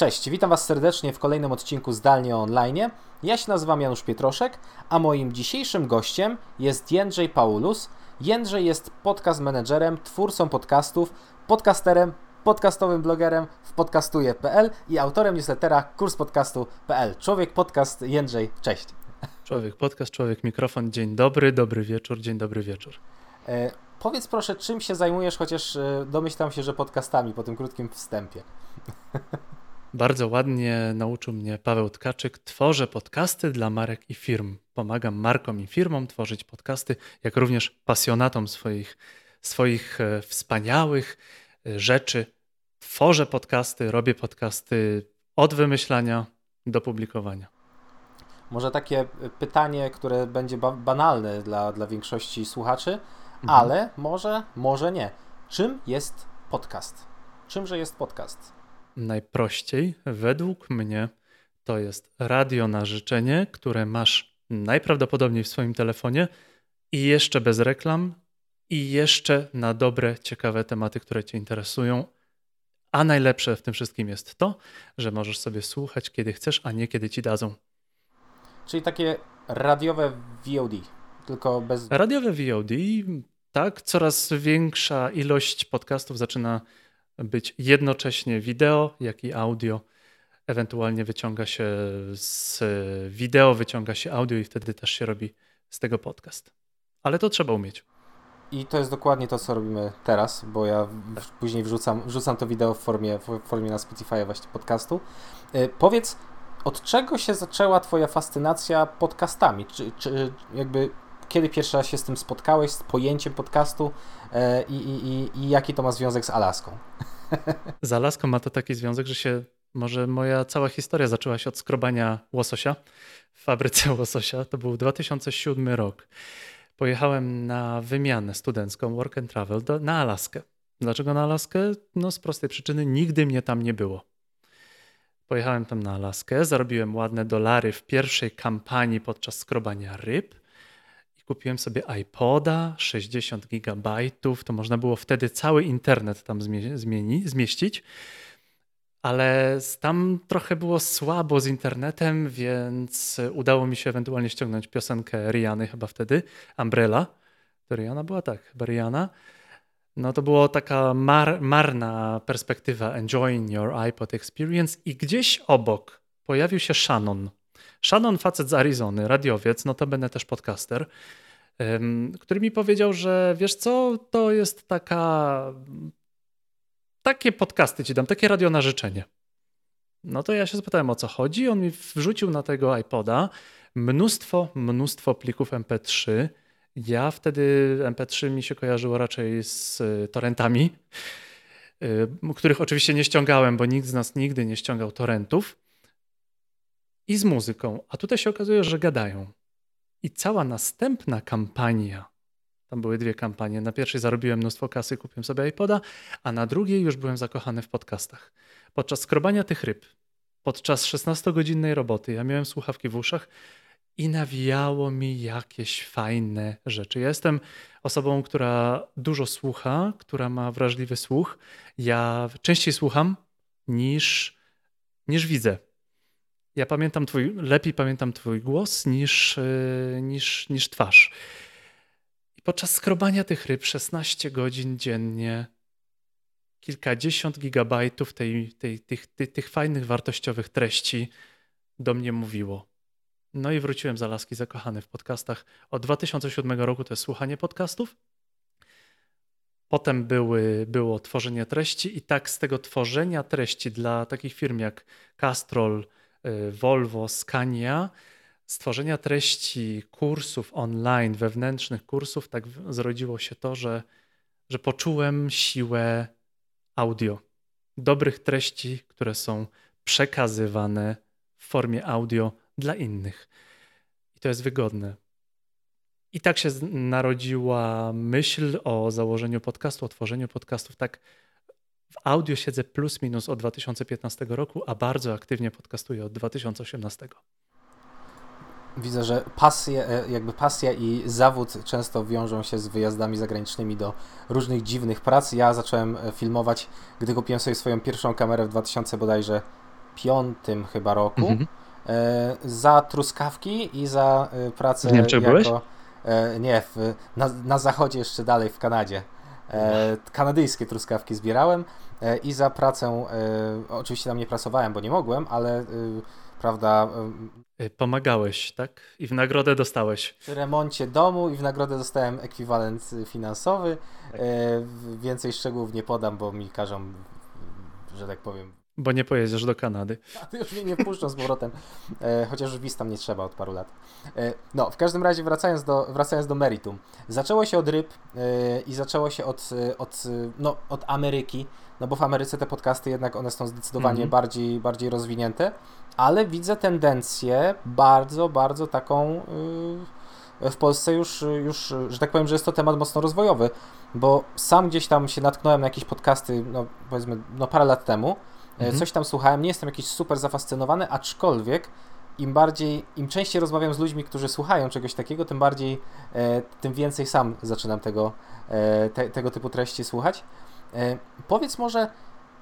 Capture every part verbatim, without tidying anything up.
Cześć, witam Was serdecznie w kolejnym odcinku Zdalnie Online. Ja się nazywam Janusz Pietroszek, a moim dzisiejszym gościem jest Jędrzej Paulus. Jędrzej jest podcast managerem, twórcą podcastów, podcasterem, podcastowym blogerem w podcastuję kropka p l i autorem newslettera kurs podcastu kropka p l. Człowiek podcast Jędrzej, cześć. Człowiek podcast, człowiek mikrofon. Dzień dobry, dobry wieczór, dzień dobry wieczór. E, powiedz proszę, czym się zajmujesz, chociaż e, domyślam się, że podcastami po tym krótkim wstępie. Bardzo ładnie nauczył mnie Paweł Tkaczyk. Tworzę podcasty dla marek i firm. Pomagam markom i firmom tworzyć podcasty, jak również pasjonatom swoich, swoich e, wspaniałych e, rzeczy. Tworzę podcasty, robię podcasty od wymyślania do publikowania. Może takie pytanie, które będzie ba- banalne dla, dla większości słuchaczy, mhm. ale może, może nie. Czym jest podcast? Czymże jest podcast? Najprościej, według mnie, to jest radio na życzenie, które masz najprawdopodobniej w swoim telefonie i jeszcze bez reklam i jeszcze na dobre, ciekawe tematy, które Cię interesują. A najlepsze w tym wszystkim jest to, że możesz sobie słuchać kiedy chcesz, a nie kiedy Ci dadzą. Czyli takie radiowe V O D, tylko bez... Radiowe V O D, tak. Coraz większa ilość podcastów zaczyna być jednocześnie wideo, jak i audio. Ewentualnie wyciąga się z wideo, wyciąga się audio i wtedy też się robi z tego podcast. Ale to trzeba umieć. I to jest dokładnie to, co robimy teraz, bo ja w, później wrzucam, wrzucam to wideo w formie, w formie na Spotify właśnie podcastu. Yy, powiedz, od czego się zaczęła Twoja fascynacja podcastami? Czy, czy jakby kiedy pierwszy raz się z tym spotkałeś, z pojęciem podcastu yy, i, i, i jaki to ma związek z Alaską? Z Alaską ma to taki związek, że się może moja cała historia zaczęła się od skrobania łososia w fabryce łososia. To był dwa tysiące siódmy rok. Pojechałem na wymianę studencką Work and Travel do, na Alaskę. Dlaczego na Alaskę? No z prostej przyczyny, nigdy mnie tam nie było. Pojechałem tam na Alaskę, zarobiłem ładne dolary w pierwszej kampanii podczas skrobania ryb i kupiłem sobie iPoda, sześćdziesiąt gigabajtów, to można było wtedy cały internet tam zmie- zmieni- zmieścić, ale tam trochę było słabo z internetem, więc udało mi się ewentualnie ściągnąć piosenkę Rihanny chyba wtedy, Umbrella. To Rihanna była? Tak, chyba Rihanna. No to była taka mar- marna perspektywa Enjoying Your iPod Experience i gdzieś obok pojawił się Shannon. Shannon, facet z Arizony, radiowiec, notabene też podcaster, um, który mi powiedział, że wiesz co, to jest taka... Takie podcasty ci dam, takie radio na życzenie. No to ja się zapytałem, o co chodzi. On mi wrzucił na tego iPoda mnóstwo, mnóstwo plików em pe trzy. Ja wtedy em pe trzy mi się kojarzyło raczej z torrentami, których oczywiście nie ściągałem, bo nikt z nas nigdy nie ściągał torrentów. I z muzyką. A tutaj się okazuje, że gadają. I cała następna kampania, tam były dwie kampanie. Na pierwszej zarobiłem mnóstwo kasy, kupiłem sobie iPoda, a na drugiej już byłem zakochany w podcastach. Podczas skrobania tych ryb, podczas szesnastogodzinnej roboty, ja miałem słuchawki w uszach i nawijało mi jakieś fajne rzeczy. Ja jestem osobą, która dużo słucha, która ma wrażliwy słuch. Ja częściej słucham niż, niż widzę. Ja pamiętam twój, lepiej pamiętam twój głos niż, niż, niż twarz. I podczas skrobania tych ryb szesnaście godzin dziennie, kilkadziesiąt gigabajtów tej, tej, tych, tych, tych fajnych, wartościowych treści do mnie mówiło. No i wróciłem z Alaski zakochany w podcastach. Od dwa tysiące siódmego roku to jest słuchanie podcastów. Potem były, było tworzenie treści i tak z tego tworzenia treści dla takich firm jak Castrol, Volvo, Scania, stworzenia treści kursów online, wewnętrznych kursów, tak zrodziło się to, że, że poczułem siłę audio. Dobrych treści, które są przekazywane w formie audio dla innych. I to jest wygodne. I tak się narodziła myśl o założeniu podcastu, o tworzeniu podcastów. Tak w audio siedzę plus minus od dwa tysiące piętnastego roku, a bardzo aktywnie podcastuję od dwa tysiące osiemnastego. Widzę, że pasje, jakby pasja i zawód często wiążą się z wyjazdami zagranicznymi do różnych dziwnych prac. Ja zacząłem filmować, gdy kupiłem sobie swoją pierwszą kamerę w dwa tysiące bodajże piątym chyba roku Mhm. e, za truskawki i za e, pracę W Niemczech jako... byłeś? E, nie, w, na, na zachodzie jeszcze dalej, w Kanadzie. E, kanadyjskie truskawki zbierałem e, i za pracę, e, oczywiście tam nie pracowałem, bo nie mogłem, ale e, prawda, Y, Pomagałeś, tak? I w nagrodę dostałeś. w remoncie domu i w nagrodę dostałem ekwiwalent finansowy. Tak. E, więcej szczegółów nie podam, bo mi każą, że tak powiem, Bo nie pojedziesz do Kanady. a ty już mnie nie wpuszczą z powrotem, e, chociaż wiz tam nie trzeba od paru lat. E, no, w każdym razie wracając do, wracając do meritum. Zaczęło się od ryb e, i zaczęło się od, od, no, od Ameryki, no bo w Ameryce te podcasty jednak one są zdecydowanie Mhm. bardziej, bardziej rozwinięte, ale widzę tendencję bardzo, bardzo taką y, w Polsce już, już, że tak powiem, że jest to temat mocno rozwojowy, bo sam gdzieś tam się natknąłem na jakieś podcasty, no powiedzmy, no parę lat temu, Mhm. coś tam słuchałem, nie jestem jakiś super zafascynowany, aczkolwiek im bardziej, im częściej rozmawiam z ludźmi, którzy słuchają czegoś takiego, tym bardziej, e, tym więcej sam zaczynam tego, e, te, tego typu treści słuchać. E, powiedz może, e,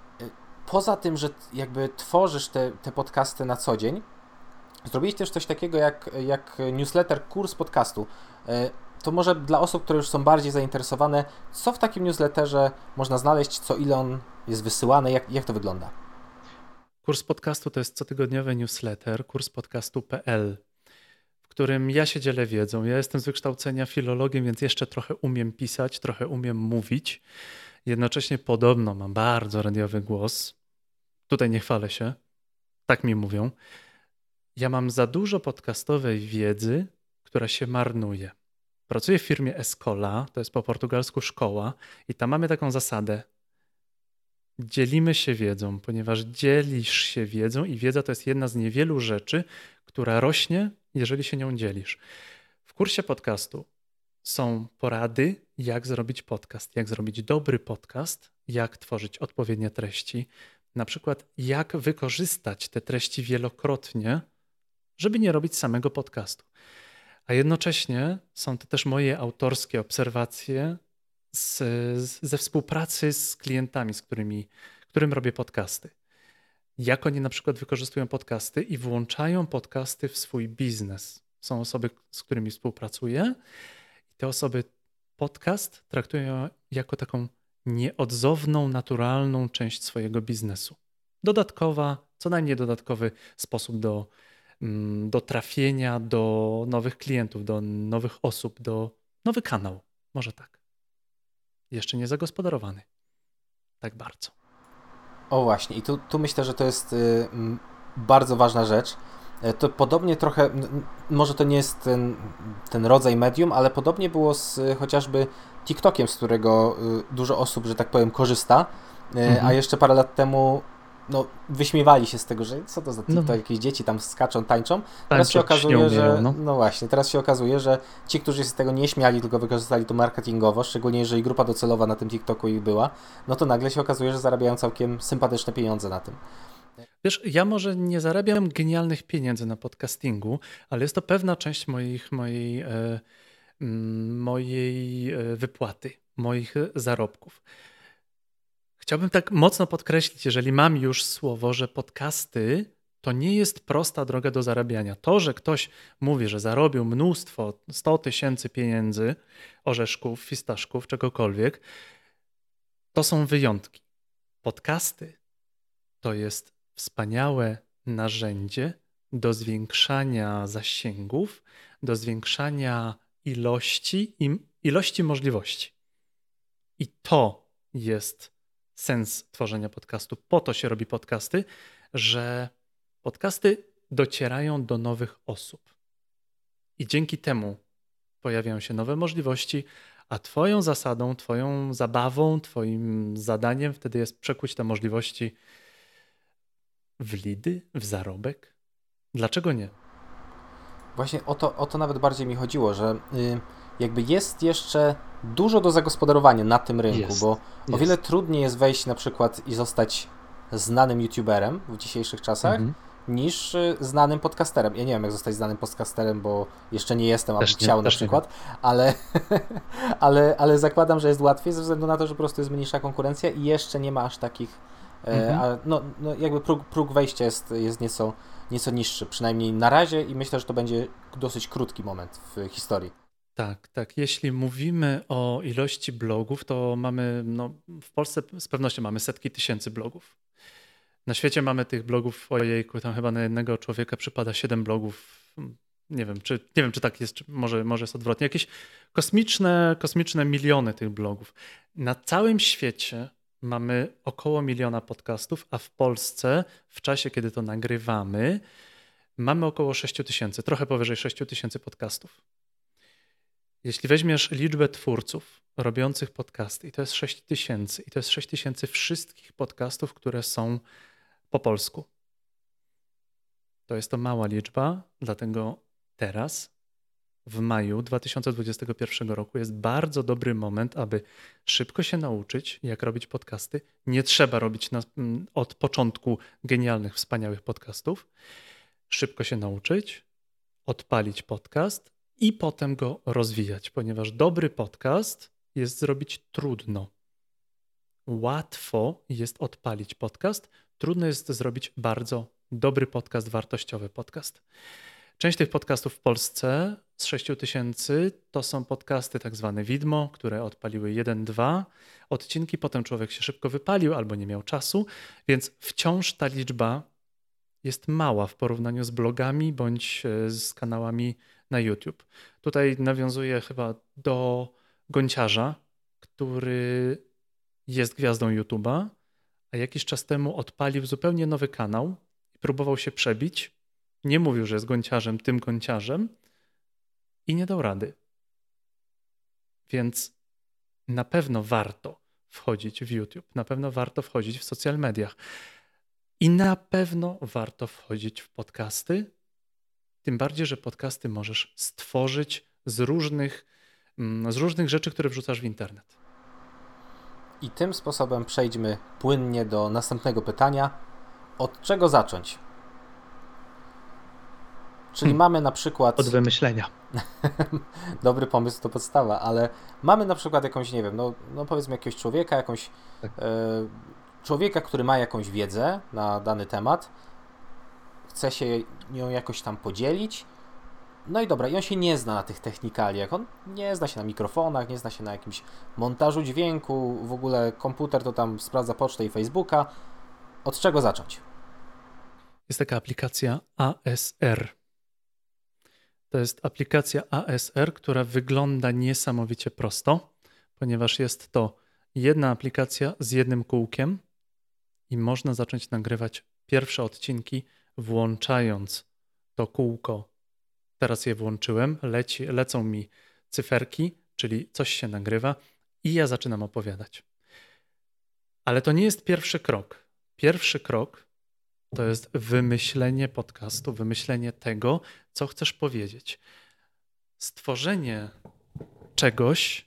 poza tym, że jakby tworzysz te, te podcasty na co dzień, zrobiłeś też coś takiego jak, jak newsletter, kurs podcastu. E, to może dla osób, które już są bardziej zainteresowane, co w takim newsletterze można znaleźć, co ile on jest wysyłany, jak, jak to wygląda? Kurs podcastu to jest cotygodniowy newsletter kurspodcastu kropka p l, w którym ja się dzielę wiedzą. Ja jestem z wykształcenia filologiem, więc jeszcze trochę umiem pisać, trochę umiem mówić. Jednocześnie podobno mam bardzo radiowy głos. Tutaj nie chwalę się. Tak mi mówią. Ja mam za dużo podcastowej wiedzy, która się marnuje. Pracuję w firmie Escola, to jest po portugalsku szkoła, i tam mamy taką zasadę. Dzielimy się wiedzą, ponieważ dzielisz się wiedzą i wiedza to jest jedna z niewielu rzeczy, która rośnie, jeżeli się nią dzielisz. W kursie podcastu są porady, jak zrobić podcast, jak zrobić dobry podcast, jak tworzyć odpowiednie treści, na przykład jak wykorzystać te treści wielokrotnie, żeby nie robić samego podcastu. A jednocześnie są to też moje autorskie obserwacje z, z, ze współpracy z klientami, z którymi którym robię podcasty. Jak oni na przykład wykorzystują podcasty i włączają podcasty w swój biznes. Są osoby, z którymi współpracuję i te osoby podcast traktują jako taką nieodzowną, naturalną część swojego biznesu. Dodatkowa, co najmniej dodatkowy sposób do, do trafienia do nowych klientów, do nowych osób, do nowy kanał. Może tak. Jeszcze nie zagospodarowany. Tak bardzo. O właśnie, i tu, tu myślę, że to jest y, m, bardzo ważna rzecz. Y, to podobnie trochę, m, może to nie jest ten, ten rodzaj medium, ale podobnie było z y, chociażby TikTokiem, z którego y, dużo osób, że tak powiem, korzysta, y, Mhm. a jeszcze parę lat temu no, wyśmiewali się z tego, że co to za TikTok, No. jakieś dzieci tam skaczą, tańczą. Teraz Tańczą, się okazuje, śnią, że mieją, no. no właśnie, teraz się okazuje, że ci, którzy się z tego nie śmiali, tylko wykorzystali to marketingowo, szczególnie jeżeli grupa docelowa na tym TikToku ich była, no to nagle się okazuje, że zarabiają całkiem sympatyczne pieniądze na tym. Wiesz, ja może nie zarabiam genialnych pieniędzy na podcastingu, ale jest to pewna część moich, mojej, e, mojej e, wypłaty, moich zarobków. Chciałbym tak mocno podkreślić, jeżeli mam już słowo, że podcasty to nie jest prosta droga do zarabiania. To, że ktoś mówi, że zarobił mnóstwo, sto tysięcy pieniędzy, orzeszków, fistaszków, czegokolwiek, to są wyjątki. Podcasty to jest wspaniałe narzędzie do zwiększania zasięgów, do zwiększania ilości i ilości możliwości. I to jest sens tworzenia podcastu. Po to się robi podcasty, że podcasty docierają do nowych osób. I dzięki temu pojawiają się nowe możliwości, a twoją zasadą, twoją zabawą, twoim zadaniem wtedy jest przekuć te możliwości w lidy, w zarobek. Dlaczego nie? Właśnie o to, o to nawet bardziej mi chodziło, że y, jakby jest jeszcze dużo do zagospodarowania na tym rynku, Jest, bo jest. o wiele trudniej jest wejść na przykład i zostać znanym youtuberem w dzisiejszych czasach, Mhm. niż y, znanym podcasterem. Ja nie wiem, jak zostać znanym podcasterem, bo jeszcze nie jestem, a bym Też nie- chciał na też nie przykład, ale, ale, ale zakładam, że jest łatwiej ze względu na to, że po prostu jest mniejsza konkurencja i jeszcze nie ma aż takich mhm. a no, no jakby próg, próg wejścia jest, jest nieco, nieco niższy, przynajmniej na razie i myślę, że to będzie dosyć krótki moment w historii. Tak, tak. Jeśli mówimy o ilości blogów, to mamy, no w Polsce z pewnością mamy setki tysięcy blogów. Na świecie mamy tych blogów, ojejku, tam chyba na jednego człowieka przypada siedem blogów. Nie wiem, czy, nie wiem, czy tak jest, czy może, może jest odwrotnie. Jakieś kosmiczne, kosmiczne miliony tych blogów. Na całym świecie mamy około miliona podcastów, a w Polsce w czasie, kiedy to nagrywamy, mamy około sześć tysięcy, trochę powyżej sześć tysięcy podcastów. Jeśli weźmiesz liczbę twórców robiących podcasty i to jest sześć tysięcy i to jest sześć tysięcy wszystkich podcastów, które są po polsku. To jest to mała liczba, dlatego teraz w maju dwa tysiące dwudziestego pierwszego roku jest bardzo dobry moment, aby szybko się nauczyć, jak robić podcasty. Nie trzeba robić na, od początku genialnych, wspaniałych podcastów. Szybko się nauczyć, odpalić podcast i potem go rozwijać, ponieważ dobry podcast jest zrobić trudno. Łatwo jest odpalić podcast, trudno jest zrobić bardzo dobry podcast, wartościowy podcast. Część tych podcastów w Polsce z sześć tysięcy to są podcasty tak zwane widmo, które odpaliły jeden, dwa odcinki, potem człowiek się szybko wypalił albo nie miał czasu, więc wciąż ta liczba jest mała w porównaniu z blogami bądź z kanałami na YouTube. Tutaj nawiązuję chyba do Gonciarza, który jest gwiazdą YouTube'a, a jakiś czas temu odpalił zupełnie nowy kanał i próbował się przebić. Nie mówił, że jest Gonciarzem, tym Gonciarzem i nie dał rady. Więc na pewno warto wchodzić w YouTube, na pewno warto wchodzić w social mediach i na pewno warto wchodzić w podcasty, tym bardziej, że podcasty możesz stworzyć z różnych, z różnych rzeczy, które wrzucasz w internet. I tym sposobem przejdźmy płynnie do następnego pytania. Od czego zacząć? Czyli hmm. mamy na przykład... Od wymyślenia. Dobry pomysł to podstawa, ale mamy na przykład jakąś, nie wiem, no, no powiedzmy jakiegoś człowieka, jakąś tak. e, człowieka, który ma jakąś wiedzę na dany temat, chce się nią jakoś tam podzielić. No i dobra, i on się nie zna na tych technikaliach, on nie zna się na mikrofonach, nie zna się na jakimś montażu dźwięku, w ogóle komputer to tam sprawdza pocztę i Facebooka. Od czego zacząć? Jest taka aplikacja A S R. To jest aplikacja A S R, która wygląda niesamowicie prosto, ponieważ jest to jedna aplikacja z jednym kółkiem i można zacząć nagrywać pierwsze odcinki, włączając to kółko. Teraz je włączyłem, leci, lecą mi cyferki, czyli coś się nagrywa i ja zaczynam opowiadać. Ale to nie jest pierwszy krok. Pierwszy krok to jest wymyślenie podcastu, wymyślenie tego, co chcesz powiedzieć. Stworzenie czegoś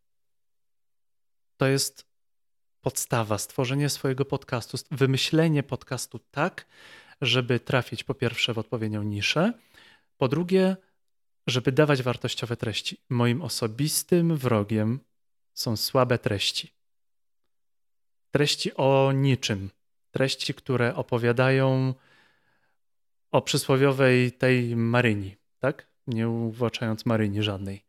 to jest podstawa, stworzenie swojego podcastu, wymyślenie podcastu tak, żeby trafić po pierwsze w odpowiednią niszę, po drugie, żeby dawać wartościowe treści. Moim osobistym wrogiem są słabe treści. Treści o niczym. Treści, które opowiadają o przysłowiowej tej Maryni, tak? Nie uwłaczając Maryni żadnej.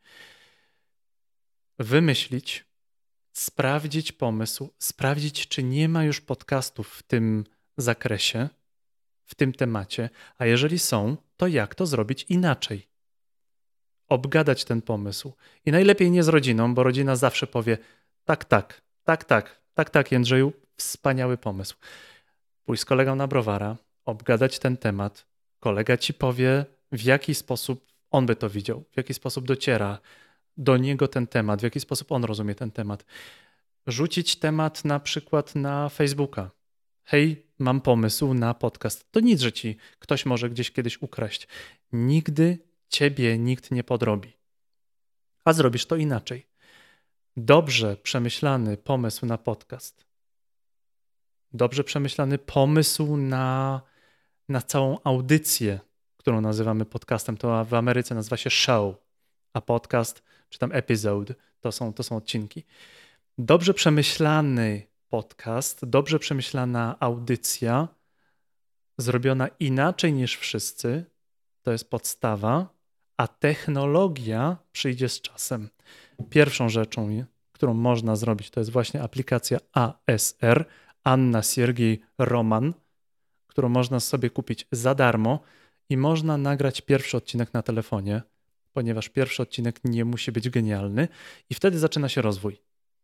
Wymyślić, sprawdzić pomysł, sprawdzić, czy nie ma już podcastów w tym zakresie, w tym temacie, a jeżeli są, to jak to zrobić inaczej? Obgadać ten pomysł. I najlepiej nie z rodziną, bo rodzina zawsze powie tak, tak, tak, tak, tak, tak, Jędrzeju, wspaniały pomysł. Pójść z kolegą na browara, obgadać ten temat, kolega ci powie, w jaki sposób on by to widział, w jaki sposób dociera do niego ten temat, w jaki sposób on rozumie ten temat. Rzucić temat na przykład na Facebooka. Hej, mam pomysł na podcast. To nic, że ci ktoś może gdzieś kiedyś ukraść. Nigdy ciebie nikt nie podrobi. A zrobisz to inaczej. Dobrze przemyślany pomysł na podcast. Dobrze przemyślany pomysł na, na całą audycję, którą nazywamy podcastem. To w Ameryce nazywa się show, a podcast czy tam episode to są, to są odcinki. Dobrze przemyślany podcast, dobrze przemyślana audycja, zrobiona inaczej niż wszyscy, to jest podstawa, a technologia przyjdzie z czasem. Pierwszą rzeczą, którą można zrobić, to jest właśnie aplikacja A S R, Anna Siergiej Roman, którą można sobie kupić za darmo i można nagrać pierwszy odcinek na telefonie, ponieważ pierwszy odcinek nie musi być genialny i wtedy zaczyna się rozwój.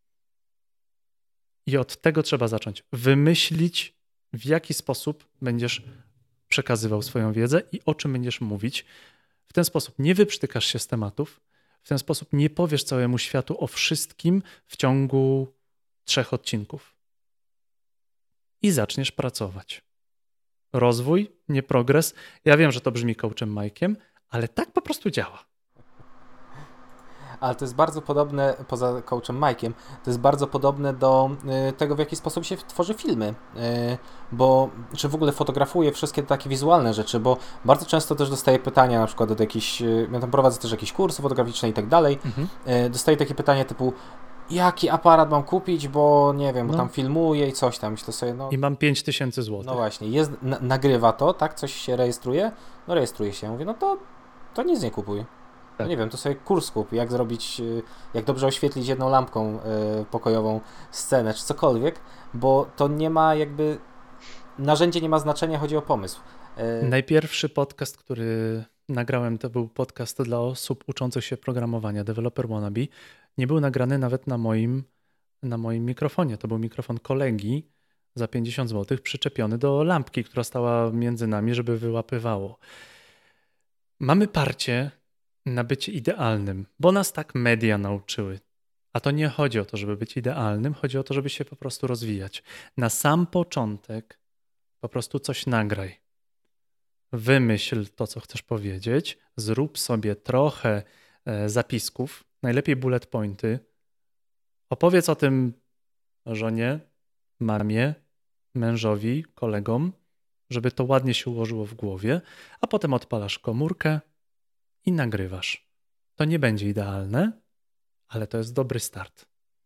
I od tego trzeba zacząć. Wymyślić, w jaki sposób będziesz przekazywał swoją wiedzę i o czym będziesz mówić. W ten sposób nie wyprztykasz się z tematów, w ten sposób nie powiesz całemu światu o wszystkim w ciągu trzech odcinków. I zaczniesz pracować. Rozwój, nie progres. Ja wiem, że to brzmi coachem Mike'iem, ale tak po prostu działa. Ale to jest bardzo podobne, poza coachem Mike'iem, to jest bardzo podobne do y, tego, w jaki sposób się tworzy filmy, y, bo czy w ogóle fotografuje wszystkie takie wizualne rzeczy, bo bardzo często też dostaję pytania, na przykład od jakichś, y, ja tam prowadzę też jakieś kursy fotograficzne i tak dalej, mhm. y, dostaję takie pytania typu, jaki aparat mam kupić, bo nie wiem, bo no. tam filmuję i coś tam, myślę sobie, no... I mam pięć tysięcy złotych. No właśnie, jest, na, nagrywa to, tak, coś się rejestruje, no rejestruje się, ja mówię, no to, to nic nie kupuj. Tak. No nie wiem, to sobie kurs kup, jak zrobić, jak dobrze oświetlić jedną lampką y, pokojową scenę, czy cokolwiek, bo to nie ma jakby, narzędzie nie ma znaczenia, chodzi o pomysł. Y... Najpierwszy podcast, który nagrałem, to był podcast dla osób uczących się programowania, Developer Wannabe. Nie był nagrany nawet na moim, na moim mikrofonie. To był mikrofon kolegi za pięćdziesiąt złotych przyczepiony do lampki, która stała między nami, żeby wyłapywało. Mamy parcie na bycie idealnym, bo nas tak media nauczyły. A to nie chodzi o to, żeby być idealnym, chodzi o to, żeby się po prostu rozwijać. Na sam początek po prostu coś nagraj. Wymyśl to, co chcesz powiedzieć, zrób sobie trochę e, zapisków, najlepiej bullet pointy. Opowiedz o tym żonie, mamie, mężowi, kolegom, żeby to ładnie się ułożyło w głowie, a potem odpalasz komórkę i nagrywasz. To nie będzie idealne, ale to jest dobry start.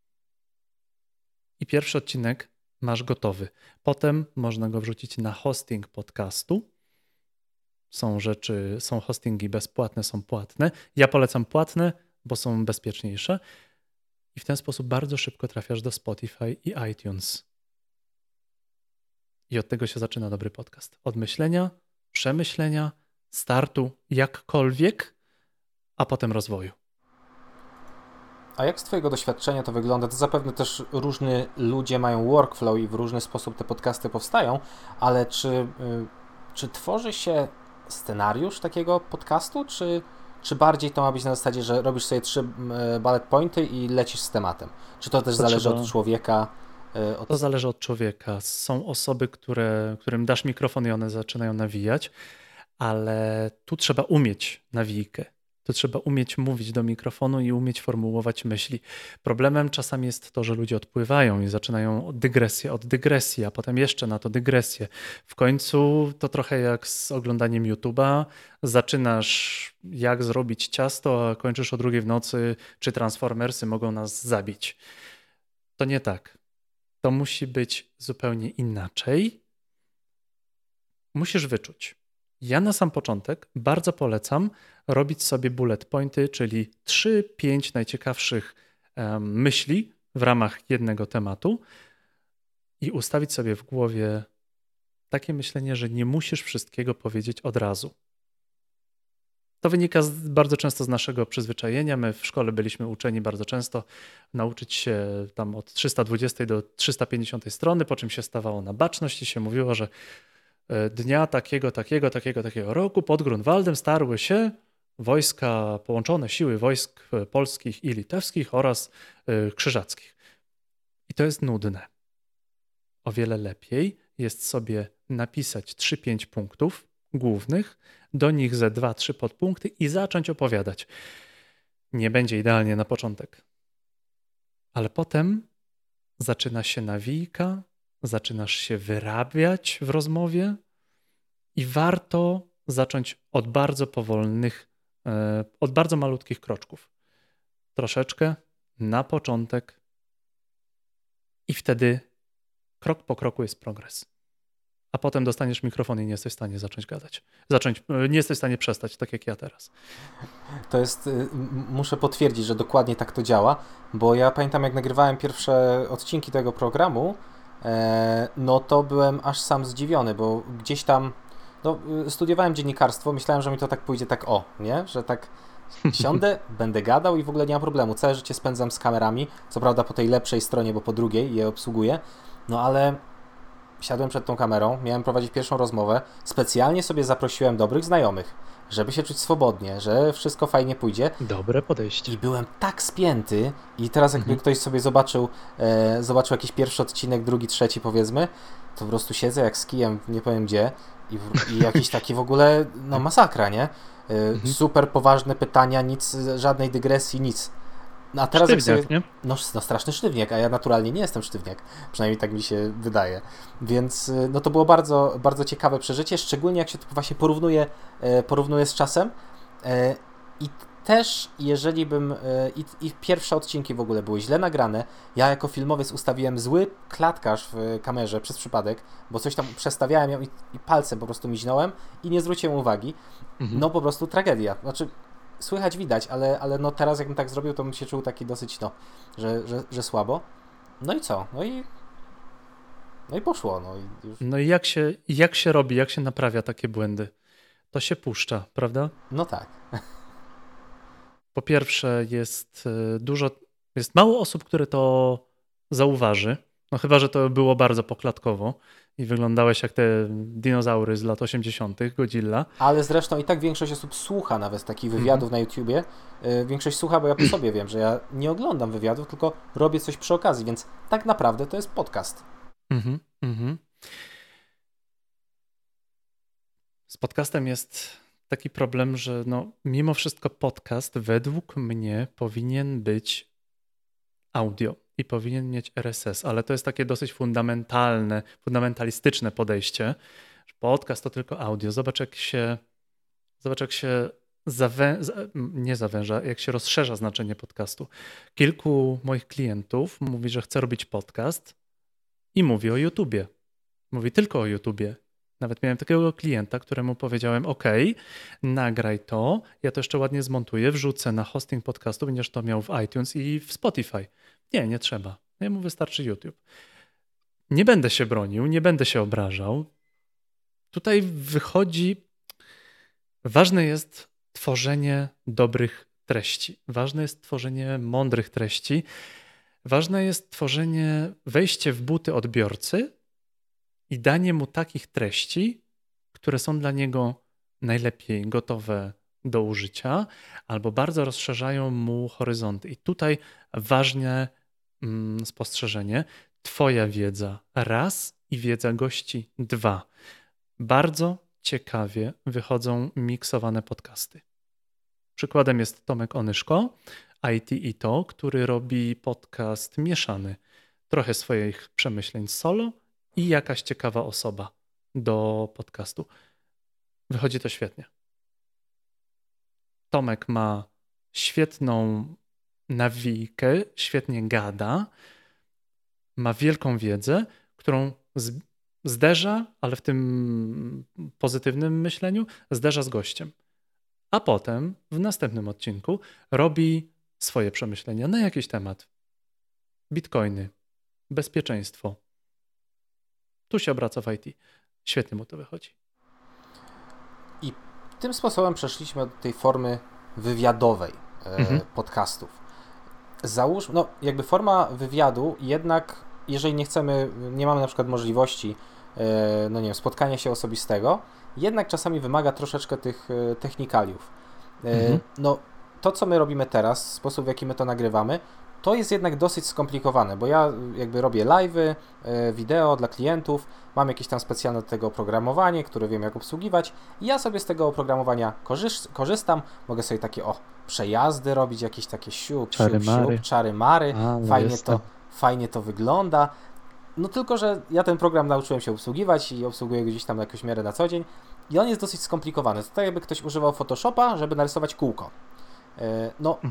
I pierwszy odcinek masz gotowy. Potem można go wrzucić na hosting podcastu. Są rzeczy, są hostingi bezpłatne, są płatne. Ja polecam płatne, bo są bezpieczniejsze. I w ten sposób bardzo szybko trafiasz do Spotify i iTunes. I od tego się zaczyna dobry podcast. Od myślenia, przemyślenia, startu, jakkolwiek, a potem rozwoju. A jak z twojego doświadczenia to wygląda? To zapewne też różni ludzie mają workflow i w różny sposób te podcasty powstają, ale czy, czy tworzy się scenariusz takiego podcastu, czy, czy bardziej to ma być na zasadzie, że robisz sobie trzy bullet pointy i lecisz z tematem? Czy to też to zależy trzeba... od człowieka? Od... To zależy od człowieka. Są osoby, które, którym dasz mikrofon i one zaczynają nawijać, ale tu trzeba umieć nawijkę. Tu trzeba umieć mówić do mikrofonu i umieć formułować myśli. Problemem czasami jest to, że ludzie odpływają i zaczynają dygresję od dygresji, a potem jeszcze na to dygresję. W końcu to trochę jak z oglądaniem YouTube'a. Zaczynasz jak zrobić ciasto, a kończysz o drugiej w nocy, czy Transformersy mogą nas zabić. To nie tak. To musi być zupełnie inaczej. Musisz wyczuć. Ja na sam początek bardzo polecam robić sobie bullet pointy, czyli trzy pięć najciekawszych um, myśli w ramach jednego tematu i ustawić sobie w głowie takie myślenie, że nie musisz wszystkiego powiedzieć od razu. To wynika z, bardzo często z naszego przyzwyczajenia. My w szkole byliśmy uczeni bardzo często nauczyć się tam od trzysta dwudziestej do trzysta pięćdziesiątej strony, po czym się stawało na baczność i się mówiło, że dnia takiego, takiego, takiego, takiego roku pod Grunwaldem starły się wojska, połączone siły wojsk polskich i litewskich oraz krzyżackich. I to jest nudne. O wiele lepiej jest sobie napisać trzy pięć punktów głównych, do nich ze dwa trzy podpunkty i zacząć opowiadać. Nie będzie idealnie na początek. Ale potem zaczyna się nawijka, zaczynasz się wyrabiać w rozmowie i warto zacząć od bardzo powolnych, od bardzo malutkich kroczków. Troszeczkę na początek i wtedy krok po kroku jest progres. A potem dostaniesz mikrofon i nie jesteś w stanie zacząć gadać. Zacząć, nie jesteś w stanie przestać, tak jak ja teraz. To jest, muszę potwierdzić, że dokładnie tak to działa, bo ja pamiętam, jak nagrywałem pierwsze odcinki tego programu, no to byłem aż sam zdziwiony, bo gdzieś tam no, studiowałem dziennikarstwo, myślałem, że mi to tak pójdzie tak o, nie? Że tak siądę, będę gadał i w ogóle nie ma problemu. Całe życie spędzam z kamerami, co prawda po tej lepszej stronie, bo po drugiej je obsługuję, no ale siadłem przed tą kamerą, miałem prowadzić pierwszą rozmowę, specjalnie sobie zaprosiłem dobrych znajomych, żeby się czuć swobodnie, że wszystko fajnie pójdzie. Dobre podejście. I byłem tak spięty i teraz jakby mhm. ktoś sobie zobaczył, e, zobaczył jakiś pierwszy odcinek, drugi, trzeci powiedzmy, to po prostu siedzę jak z kijem, nie powiem gdzie i, i jakiś taki w ogóle, no masakra, nie? E, mhm. Super poważne pytania, nic, żadnej dygresji, nic. No a teraz sztywniak, jak sobie, nie? No, no straszny sztywniak, a ja naturalnie nie jestem sztywniak, przynajmniej tak mi się wydaje. Więc no to było bardzo, bardzo ciekawe przeżycie, szczególnie jak się to właśnie porównuje, porównuje z czasem. I też jeżeli bym, i, i pierwsze odcinki w ogóle były źle nagrane, ja jako filmowiec ustawiłem zły klatkarz w kamerze przez przypadek, bo coś tam przestawiałem ją i, i palcem po prostu miźnąłem i nie zwróciłem uwagi. Mhm. No po prostu tragedia. Znaczy słychać, widać, ale, ale no teraz jakbym tak zrobił, to bym się czuł taki dosyć, no, że, że, że słabo. No i co? No i no i poszło. No i, już... no i jak się, jak się robi, jak się naprawia takie błędy? To się puszcza, prawda? No tak. Po pierwsze jest dużo, jest mało osób, które to zauważy, no chyba, że to było bardzo poklatkowo i wyglądałeś jak te dinozaury z lat osiemdziesiątych, Godzilla. Ale zresztą i tak większość osób słucha nawet takich wywiadów mm-hmm. na YouTubie. Większość słucha, bo ja po sobie wiem, że ja nie oglądam wywiadów, tylko robię coś przy okazji, więc tak naprawdę to jest podcast. Mm-hmm, mm-hmm. Z podcastem jest taki problem, że no, mimo wszystko podcast według mnie powinien być audio i powinien mieć R S S, ale to jest takie dosyć fundamentalne, fundamentalistyczne podejście. Podcast to tylko audio. Zobacz, jak się, zobacz, jak się zawę, nie zawęża, jak się rozszerza znaczenie podcastu. Kilku moich klientów mówi, że chce robić podcast i mówi o YouTubie. Mówi tylko o YouTubie. Nawet miałem takiego klienta, któremu powiedziałem: OK, nagraj to, ja to jeszcze ładnie zmontuję, wrzucę na hosting podcastu, będziesz to miał w iTunes i w Spotify. Nie, nie trzeba. Jemu wystarczy YouTube. Nie będę się bronił, nie będę się obrażał. Tutaj wychodzi, ważne jest tworzenie dobrych treści. Ważne jest tworzenie mądrych treści. Ważne jest tworzenie, wejście w buty odbiorcy i danie mu takich treści, które są dla niego najlepiej gotowe do użycia albo bardzo rozszerzają mu horyzonty. I tutaj ważne mm, spostrzeżenie. Twoja wiedza raz i wiedza gości dwa. Bardzo ciekawie wychodzą miksowane podcasty. Przykładem jest Tomek Onyszko, I T i to, który robi podcast mieszany. Trochę swoich przemyśleń solo i jakaś ciekawa osoba do podcastu. Wychodzi to świetnie. Tomek ma świetną nawijkę, świetnie gada, ma wielką wiedzę, którą z, zderza, ale w tym pozytywnym myśleniu, zderza z gościem. A potem w następnym odcinku robi swoje przemyślenia na jakiś temat. Bitcoiny, bezpieczeństwo. Tu się obraca w I T. Świetnie mu to wychodzi. I tym sposobem przeszliśmy do tej formy wywiadowej e, mhm. podcastów. Załóż, no jakby forma wywiadu jednak, jeżeli nie chcemy, nie mamy na przykład możliwości, e, no nie wiem, spotkania się osobistego, jednak czasami wymaga troszeczkę tych e, technikaliów. E, mhm. No to, co my robimy teraz, sposób w jaki my to nagrywamy, to jest jednak dosyć skomplikowane, bo ja jakby robię live'y, wideo dla klientów, mam jakieś tam specjalne do tego oprogramowanie, które wiem jak obsługiwać i ja sobie z tego oprogramowania korzyst- korzystam, mogę sobie takie o przejazdy robić, jakieś takie siup, siup, siup, czary mary, A, fajnie, to, fajnie to wygląda. No tylko, że ja ten program nauczyłem się obsługiwać i obsługuję go gdzieś tam na jakąś miarę na co dzień i on jest dosyć skomplikowany. To tak jakby ktoś używał Photoshopa, żeby narysować kółko. No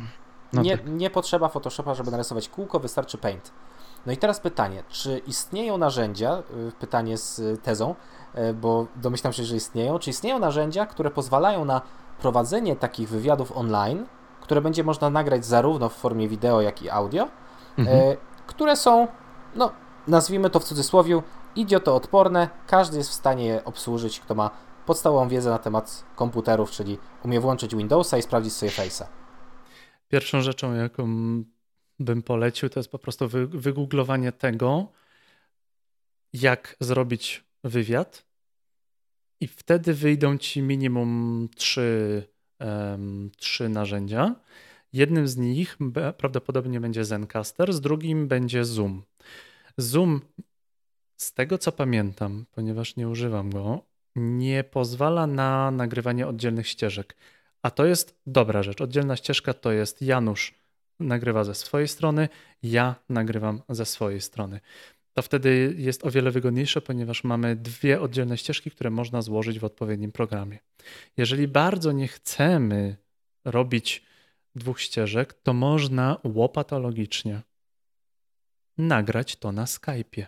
No nie, tak. nie potrzeba Photoshopa, żeby narysować kółko, wystarczy Paint. No i teraz pytanie, czy istnieją narzędzia, pytanie z tezą, bo domyślam się, że istnieją, czy istnieją narzędzia, które pozwalają na prowadzenie takich wywiadów online, które będzie można nagrać zarówno w formie wideo, jak i audio, mhm. które są, no nazwijmy to w cudzysłowie, idiotoodporne, każdy jest w stanie je obsłużyć, kto ma podstawową wiedzę na temat komputerów, czyli umie włączyć Windowsa i sprawdzić sobie Face'a. Pierwszą rzeczą, jaką bym polecił, to jest po prostu wy, wygooglowanie tego, jak zrobić wywiad i wtedy wyjdą ci minimum trzy, um, trzy narzędzia. Jednym z nich prawdopodobnie będzie Zencastr, z drugim będzie Zoom. Zoom, z tego co pamiętam, ponieważ nie używam go, nie pozwala na nagrywanie oddzielnych ścieżek. A to jest dobra rzecz. Oddzielna ścieżka to jest Janusz nagrywa ze swojej strony, ja nagrywam ze swojej strony. To wtedy jest o wiele wygodniejsze, ponieważ mamy dwie oddzielne ścieżki, które można złożyć w odpowiednim programie. Jeżeli bardzo nie chcemy robić dwóch ścieżek, to można łopatologicznie nagrać to na Skype'ie.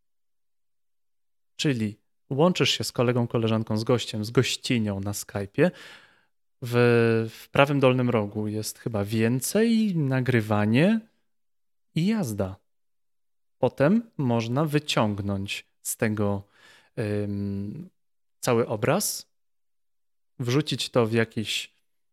Czyli łączysz się z kolegą, koleżanką, z gościem, z gościnią na Skype'ie. W, w prawym dolnym rogu jest chyba więcej, nagrywanie i jazda. Potem można wyciągnąć z tego um, cały obraz, wrzucić to w jakiś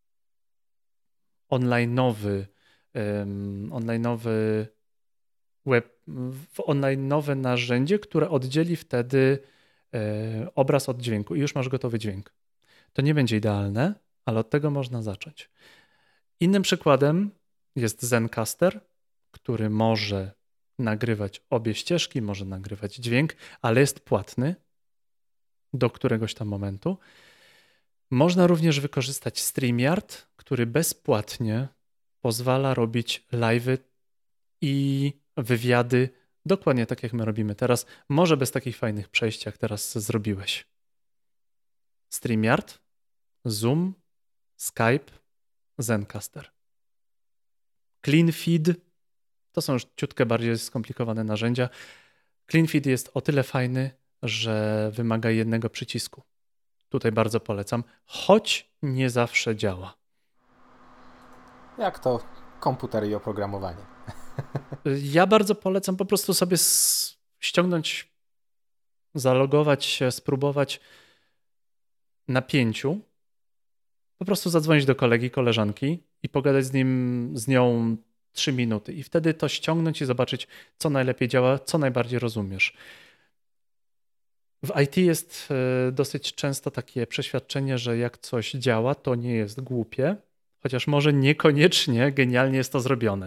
online'owy, um, online'owy web, w online'owe narzędzie, które oddzieli wtedy e, obraz od dźwięku i już masz gotowy dźwięk. To nie będzie idealne, ale od tego można zacząć. Innym przykładem jest Zencastr, który może nagrywać obie ścieżki, może nagrywać dźwięk, ale jest płatny do któregoś tam momentu. Można również wykorzystać StreamYard, który bezpłatnie pozwala robić live'y i wywiady dokładnie tak, jak my robimy teraz. Może bez takich fajnych przejść, jak teraz zrobiłeś. StreamYard, Zoom, Skype, Zencastr. CleanFeed to są już ciutkę bardziej skomplikowane narzędzia. CleanFeed jest o tyle fajny, że wymaga jednego przycisku. Tutaj bardzo polecam, choć nie zawsze działa. Jak to komputer i oprogramowanie? Ja bardzo polecam po prostu sobie ściągnąć, zalogować się, spróbować na pięciu. Po prostu zadzwonić do kolegi, koleżanki i pogadać z nim, z nią trzy minuty. I wtedy to ściągnąć i zobaczyć, co najlepiej działa, co najbardziej rozumiesz. W I T jest dosyć często takie przeświadczenie, że jak coś działa, to nie jest głupie, chociaż może niekoniecznie genialnie jest to zrobione.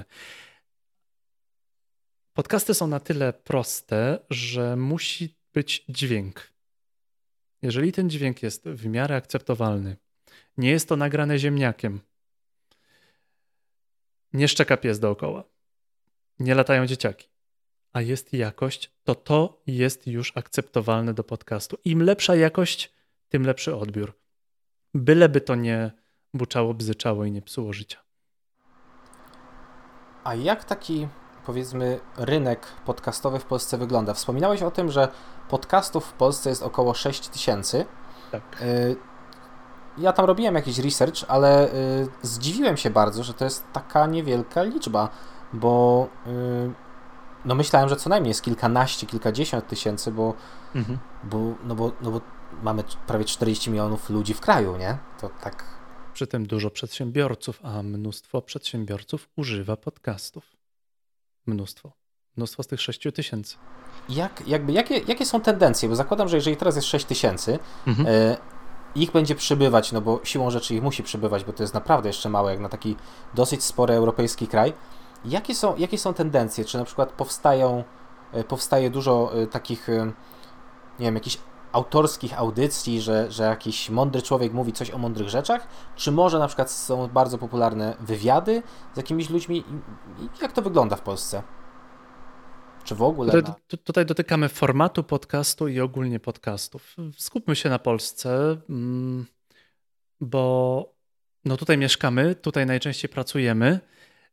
Podcasty są na tyle proste, że musi być dźwięk. Jeżeli ten dźwięk jest w miarę akceptowalny, nie jest to nagrane ziemniakiem, nie szczeka pies dookoła, nie latają dzieciaki, a jest jakość, to to jest już akceptowalne do podcastu. Im lepsza jakość, tym lepszy odbiór. Byleby to nie buczało, bzyczało i nie psuło życia. A jak taki, powiedzmy, rynek podcastowy w Polsce wygląda? Wspominałeś o tym, że podcastów w Polsce jest około sześć tysięcy. Tak. Ja tam robiłem jakiś research, ale zdziwiłem się bardzo, że to jest taka niewielka liczba, bo no myślałem, że co najmniej jest kilkanaście, kilkadziesiąt tysięcy, bo, mhm. bo, no bo, no bo mamy prawie czterdzieści milionów ludzi w kraju, nie? To tak. Przy tym dużo przedsiębiorców, a mnóstwo przedsiębiorców używa podcastów. Mnóstwo. Mnóstwo z tych sześciu tysięcy. Jak, jakby, jakie, jakie są tendencje? Bo zakładam, że jeżeli teraz jest sześć tysięcy, mhm. y, ich będzie przybywać, no bo siłą rzeczy ich musi przybywać, bo to jest naprawdę jeszcze małe, jak na taki dosyć spory europejski kraj. Jakie są, jakie są tendencje? Czy na przykład powstają, powstaje dużo takich, nie wiem, jakichś autorskich audycji, że, że jakiś mądry człowiek mówi coś o mądrych rzeczach? Czy może na przykład są bardzo popularne wywiady z jakimiś ludźmi? Jak to wygląda w Polsce? Czy w ogóle? Tutaj, na... tutaj dotykamy formatu podcastu i ogólnie podcastów. Skupmy się na Polsce, bo no tutaj mieszkamy, tutaj najczęściej pracujemy.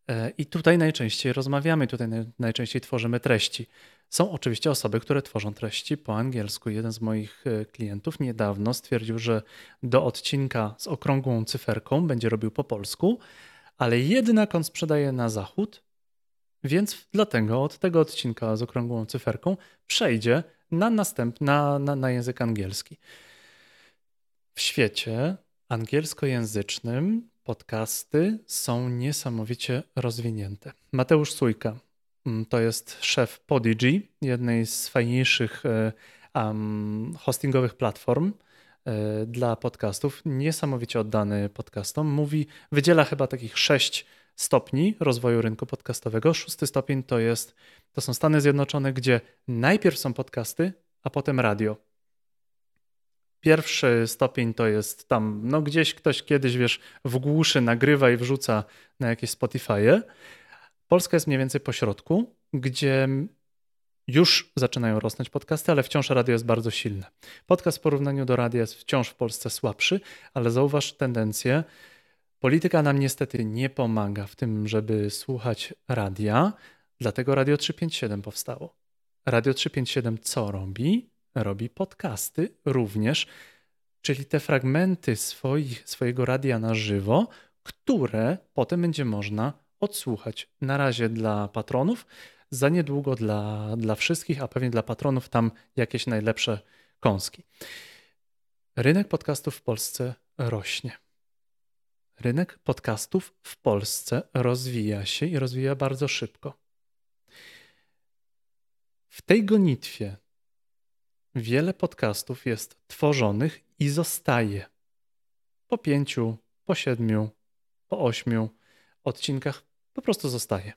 I tutaj najczęściej rozmawiamy, tutaj najczęściej tworzymy treści. Są oczywiście osoby, które tworzą treści po angielsku. Jeden z moich klientów niedawno stwierdził, że do odcinka z okrągłą cyferką będzie robił po polsku, ale jednak on sprzedaje na zachód, więc dlatego od tego odcinka z okrągłą cyferką przejdzie na następny, na, na, na język angielski. W świecie angielskojęzycznym podcasty są niesamowicie rozwinięte. Mateusz Sójka to jest szef Podigy, jednej z fajniejszych um, hostingowych platform um, dla podcastów. Niesamowicie oddany podcastom. Mówi, wydziela chyba takich sześć stopni rozwoju rynku podcastowego. Szósty stopień to jest, to są Stany Zjednoczone, gdzie najpierw są podcasty, a potem radio. Pierwszy stopień to jest tam, no gdzieś ktoś kiedyś, wiesz, w głuszy nagrywa i wrzuca na jakieś Spotify'e. Polska jest mniej więcej po środku, gdzie już zaczynają rosnąć podcasty, ale wciąż radio jest bardzo silne. Podcast w porównaniu do radia jest wciąż w Polsce słabszy, ale zauważ tendencję. Polityka nam niestety nie pomaga w tym, żeby słuchać radia, dlatego Radio trzysta pięćdziesiąt siedem powstało. Radio trzysta pięćdziesiąt siedem co robi? Robi podcasty również, czyli te fragmenty swoich, swojego radia na żywo, które potem będzie można odsłuchać. Na razie dla patronów, za niedługo dla, dla wszystkich, a pewnie dla patronów tam jakieś najlepsze kąski. Rynek podcastów w Polsce rośnie. Rynek podcastów w Polsce rozwija się i rozwija bardzo szybko. W tej gonitwie wiele podcastów jest tworzonych i zostaje. Po pięciu, po siedmiu, po ośmiu odcinkach po prostu zostaje.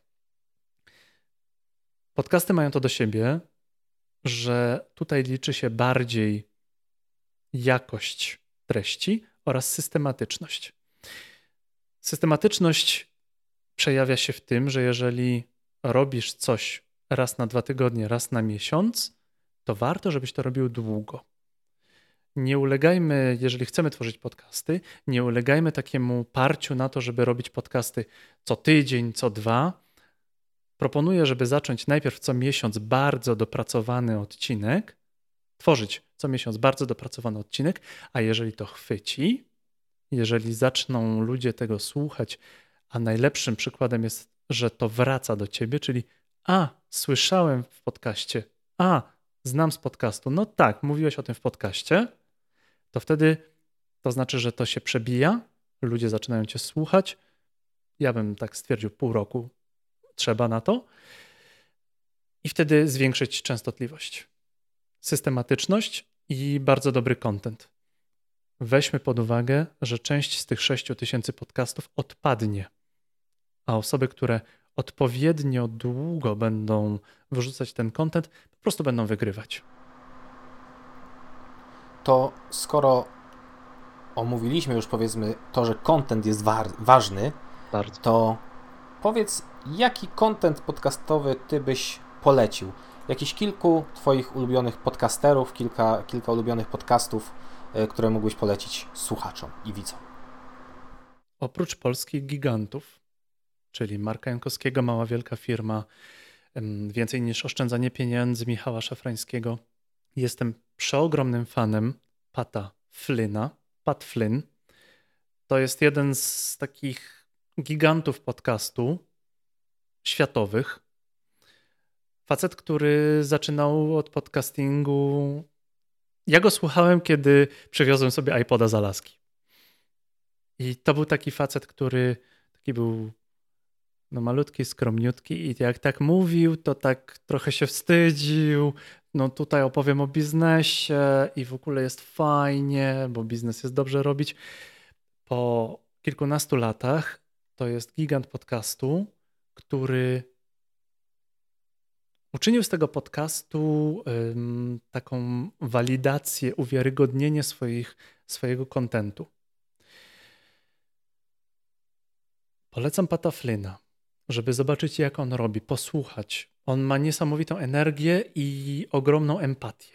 Podcasty mają to do siebie, że tutaj liczy się bardziej jakość treści oraz systematyczność. Systematyczność przejawia się w tym, że jeżeli robisz coś raz na dwa tygodnie, raz na miesiąc, to warto, żebyś to robił długo. Nie ulegajmy, jeżeli chcemy tworzyć podcasty, nie ulegajmy takiemu parciu na to, żeby robić podcasty co tydzień, co dwa. Proponuję, żeby zacząć najpierw co miesiąc bardzo dopracowany odcinek, tworzyć co miesiąc bardzo dopracowany odcinek, a jeżeli to chwyci, jeżeli zaczną ludzie tego słuchać, a najlepszym przykładem jest, że to wraca do ciebie, czyli a, słyszałem w podcaście, a, znam z podcastu, no tak, mówiłeś o tym w podcaście, to wtedy to znaczy, że to się przebija, ludzie zaczynają cię słuchać. Ja bym tak stwierdził, pół roku trzeba na to i wtedy zwiększyć częstotliwość, systematyczność i bardzo dobry content. Weźmy pod uwagę, że część z tych sześciu tysięcy podcastów odpadnie, a osoby, które odpowiednio długo będą wyrzucać ten content, po prostu będą wygrywać. To skoro omówiliśmy już, powiedzmy, to, że content jest wa- ważny, Bardzo. To powiedz, jaki content podcastowy ty byś polecił? Jakichś kilku twoich ulubionych podcasterów, kilka, kilka ulubionych podcastów, które mógłbyś polecić słuchaczom i widzom? Oprócz polskich gigantów, czyli Marka Jankowskiego, Mała Wielka Firma, Więcej niż oszczędzanie pieniędzy Michała Szafrańskiego, jestem przeogromnym fanem Pata Flynna. Pat Flynn to jest jeden z takich gigantów podcastu światowych. Facet, który zaczynał od podcastingu. Ja go słuchałem, kiedy przywiozłem sobie iPoda z Alaski. I to był taki facet, który taki był no malutki, skromniutki i jak tak mówił, to tak trochę się wstydził. No tutaj opowiem o biznesie i w ogóle jest fajnie, bo biznes jest dobrze robić. Po kilkunastu latach to jest gigant podcastu, który uczynił z tego podcastu um, taką walidację, uwiarygodnienie swoich, swojego kontentu. Polecam Pata Flynna, żeby zobaczyć, jak on robi, posłuchać. On ma niesamowitą energię i ogromną empatię.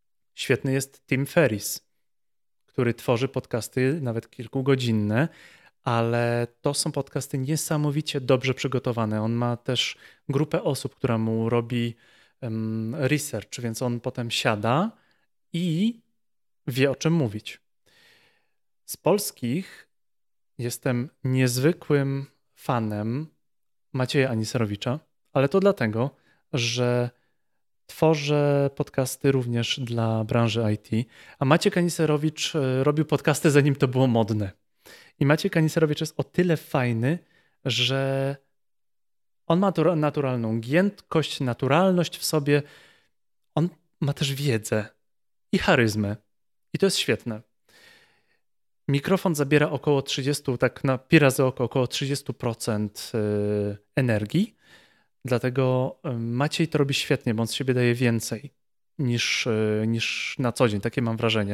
Świetny jest Tim Ferriss, który tworzy podcasty nawet kilkugodzinne, ale to są podcasty niesamowicie dobrze przygotowane. On ma też grupę osób, która mu robi um, research, więc on potem siada i wie, o czym mówić. Z polskich jestem niezwykłym fanem Macieja Aniserowicza, ale to dlatego, że tworzę podcasty również dla branży I T, a Maciek Aniserowicz robił podcasty zanim to było modne. I Maciek Aniserowicz jest o tyle fajny, że on ma naturalną giętkość, naturalność w sobie. On ma też wiedzę i charyzmę. I to jest świetne. Mikrofon zabiera około trzydzieści, tak na pi razy oko, około trzydzieści procent energii. Dlatego Maciej to robi świetnie, bo on z siebie daje więcej niż, niż na co dzień. Takie mam wrażenie.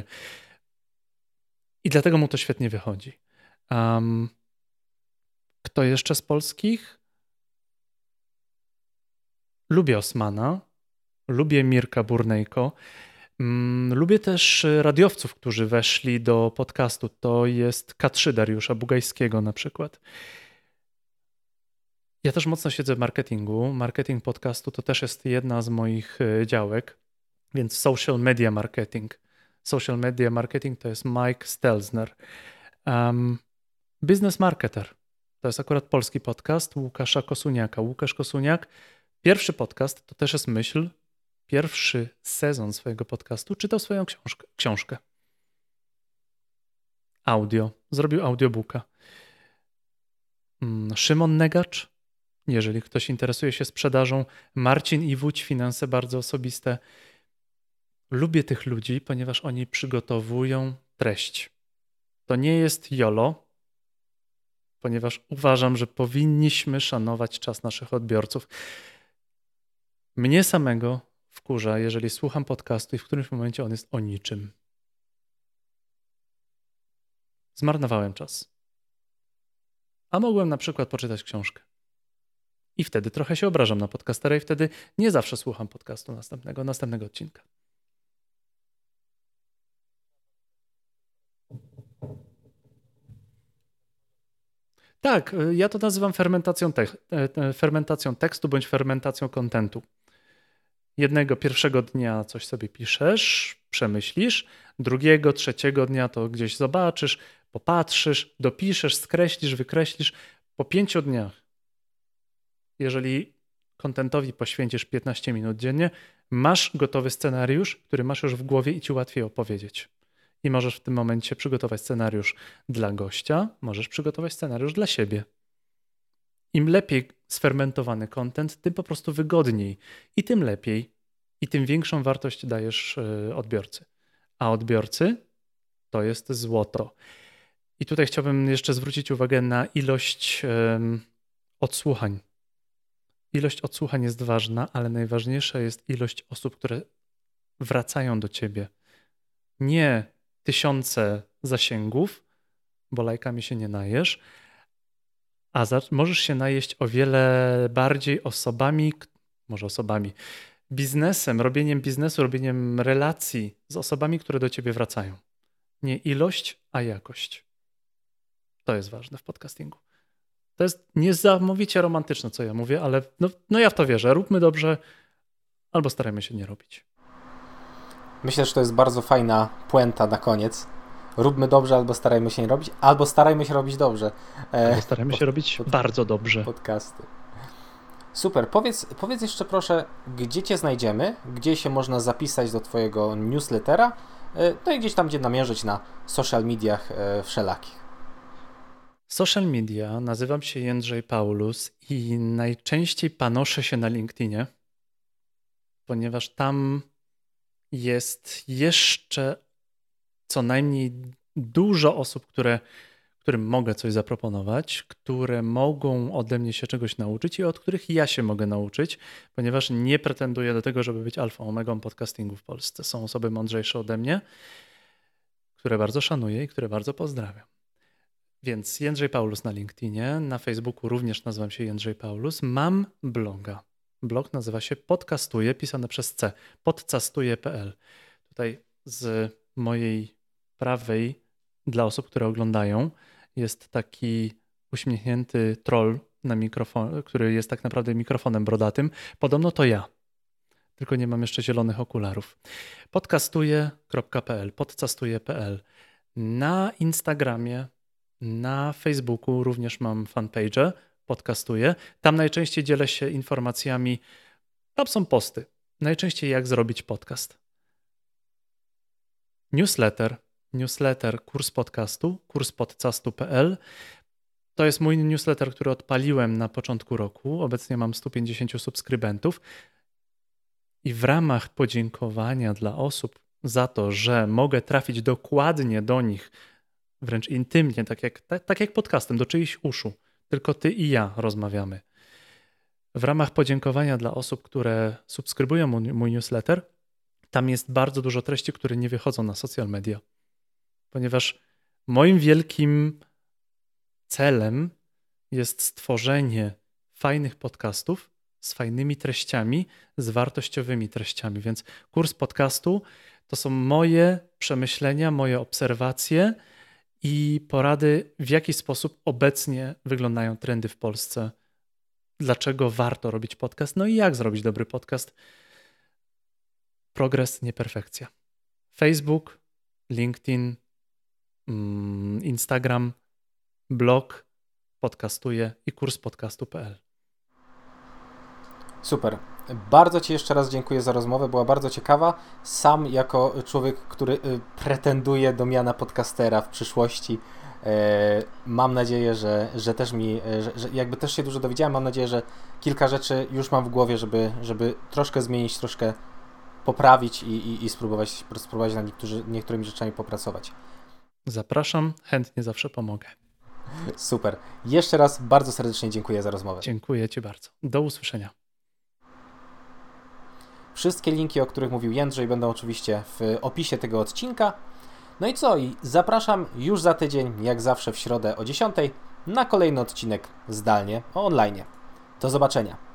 I dlatego mu to świetnie wychodzi. Um, kto jeszcze z polskich? Lubię Osmana, lubię Mirka Burnejko, um, lubię też radiowców, którzy weszli do podcastu. To jest K trzy Dariusza Bugajskiego na przykład. Ja też mocno siedzę w marketingu. Marketing podcastu to też jest jedna z moich działek, więc social media marketing. Social media marketing to jest Mike Stelzner. Um, Business Marketer. To jest akurat polski podcast Łukasza Kosuniaka. Łukasz Kosuniak, pierwszy podcast, to też jest myśl, pierwszy sezon swojego podcastu czytał swoją książkę. książkę. Audio. Zrobił audiobooka. Szymon Negacz, jeżeli ktoś interesuje się sprzedażą. Marcin Iwódź, finanse bardzo osobiste. Lubię tych ludzi, ponieważ oni przygotowują treść. To nie jest jolo, ponieważ uważam, że powinniśmy szanować czas naszych odbiorców. Mnie samego wkurza, jeżeli słucham podcastu i w którymś momencie on jest o niczym. Zmarnowałem czas. A mogłem na przykład poczytać książkę. I wtedy trochę się obrażam na podcastera i wtedy nie zawsze słucham podcastu następnego, następnego odcinka. Tak, ja to nazywam fermentacją, te- fermentacją tekstu bądź fermentacją kontentu. Jednego, pierwszego dnia coś sobie piszesz, przemyślisz, drugiego, trzeciego dnia to gdzieś zobaczysz, popatrzysz, dopiszesz, skreślisz, wykreślisz. Po pięciu dniach, jeżeli kontentowi poświęcisz piętnaście minut dziennie, masz gotowy scenariusz, który masz już w głowie i ci łatwiej opowiedzieć. I możesz w tym momencie przygotować scenariusz dla gościa, możesz przygotować scenariusz dla siebie. Im lepiej sfermentowany content, tym po prostu wygodniej i tym lepiej i tym większą wartość dajesz odbiorcy. A odbiorcy to jest złoto. I tutaj chciałbym jeszcze zwrócić uwagę na ilość um, odsłuchań. Ilość odsłuchań jest ważna, ale najważniejsza jest ilość osób, które wracają do ciebie. Nie tysiące zasięgów, bo lajkami się nie najesz, a za, możesz się najeść o wiele bardziej osobami, może osobami, biznesem, robieniem biznesu, robieniem relacji z osobami, które do ciebie wracają. Nie ilość, a jakość. To jest ważne w podcastingu. To jest niesamowicie romantyczne, co ja mówię, ale no, no ja w to wierzę. Róbmy dobrze, albo starajmy się nie robić. Myślę, że to jest bardzo fajna puenta na koniec. Róbmy dobrze, albo starajmy się nie robić, albo starajmy się robić dobrze. Albo starajmy się pod, robić pod, bardzo dobrze. Podcasty. Super. Powiedz, powiedz jeszcze proszę, gdzie cię znajdziemy, gdzie się można zapisać do twojego newslettera, no i gdzieś tam, gdzie namierzyć na social mediach wszelakich. Social media, nazywam się Jędrzej Paulus i najczęściej panoszę się na LinkedInie, ponieważ tam jest jeszcze co najmniej dużo osób, które, którym mogę coś zaproponować, które mogą ode mnie się czegoś nauczyć i od których ja się mogę nauczyć, ponieważ nie pretenduję do tego, żeby być alfą, omegą podcastingu w Polsce. Są osoby mądrzejsze ode mnie, które bardzo szanuję i które bardzo pozdrawiam. Więc Jędrzej Paulus na LinkedInie, na Facebooku również nazywam się Jędrzej Paulus. Mam bloga. Blog nazywa się Podcastuję, pisane przez C, podcastuję kropka p l. Tutaj z mojej prawej, dla osób, które oglądają, jest taki uśmiechnięty troll na mikrofon, który jest tak naprawdę mikrofonem brodatym. Podobno to ja, tylko nie mam jeszcze zielonych okularów. podcastuję kropka p l, podcastuję kropka p l. Na Instagramie, na Facebooku również mam fanpage'ę, podcastuję. Tam najczęściej dzielę się informacjami, tam są posty. Najczęściej jak zrobić podcast. Newsletter, newsletter kurs podcastu, kurs podcastu kropka p l. To jest mój newsletter, który odpaliłem na początku roku. Obecnie mam stu pięćdziesięciu subskrybentów. I w ramach podziękowania dla osób za to, że mogę trafić dokładnie do nich, wręcz intymnie, tak jak, tak, tak jak podcastem, do czyichś uszu, tylko ty i ja rozmawiamy. W ramach podziękowania dla osób, które subskrybują mój, mój newsletter, tam jest bardzo dużo treści, które nie wychodzą na social media. Ponieważ moim wielkim celem jest stworzenie fajnych podcastów z fajnymi treściami, z wartościowymi treściami. Więc kurs podcastu to są moje przemyślenia, moje obserwacje i porady, w jaki sposób obecnie wyglądają trendy w Polsce. Dlaczego warto robić podcast? No i jak zrobić dobry podcast? Progres, nie perfekcja. Facebook, LinkedIn, Instagram, blog, podcastuję i kurs podcastu kropka p l. Super. Bardzo Ci jeszcze raz dziękuję za rozmowę, była bardzo ciekawa. Sam jako człowiek, który pretenduje do miana podcastera w przyszłości, mam nadzieję, że, że też mi, że, że jakby też się dużo dowiedziałem, mam nadzieję, że kilka rzeczy już mam w głowie, żeby, żeby troszkę zmienić, troszkę poprawić i, i, i spróbować, spróbować nad niektórzy, niektórymi rzeczami popracować. Zapraszam, chętnie zawsze pomogę. Super. Jeszcze raz bardzo serdecznie dziękuję za rozmowę. Dziękuję Ci bardzo. Do usłyszenia. Wszystkie linki, o których mówił Jędrzej, będą oczywiście w opisie tego odcinka. No i co? I zapraszam już za tydzień, jak zawsze w środę o dziesiątej, na kolejny odcinek zdalnie, online. Do zobaczenia.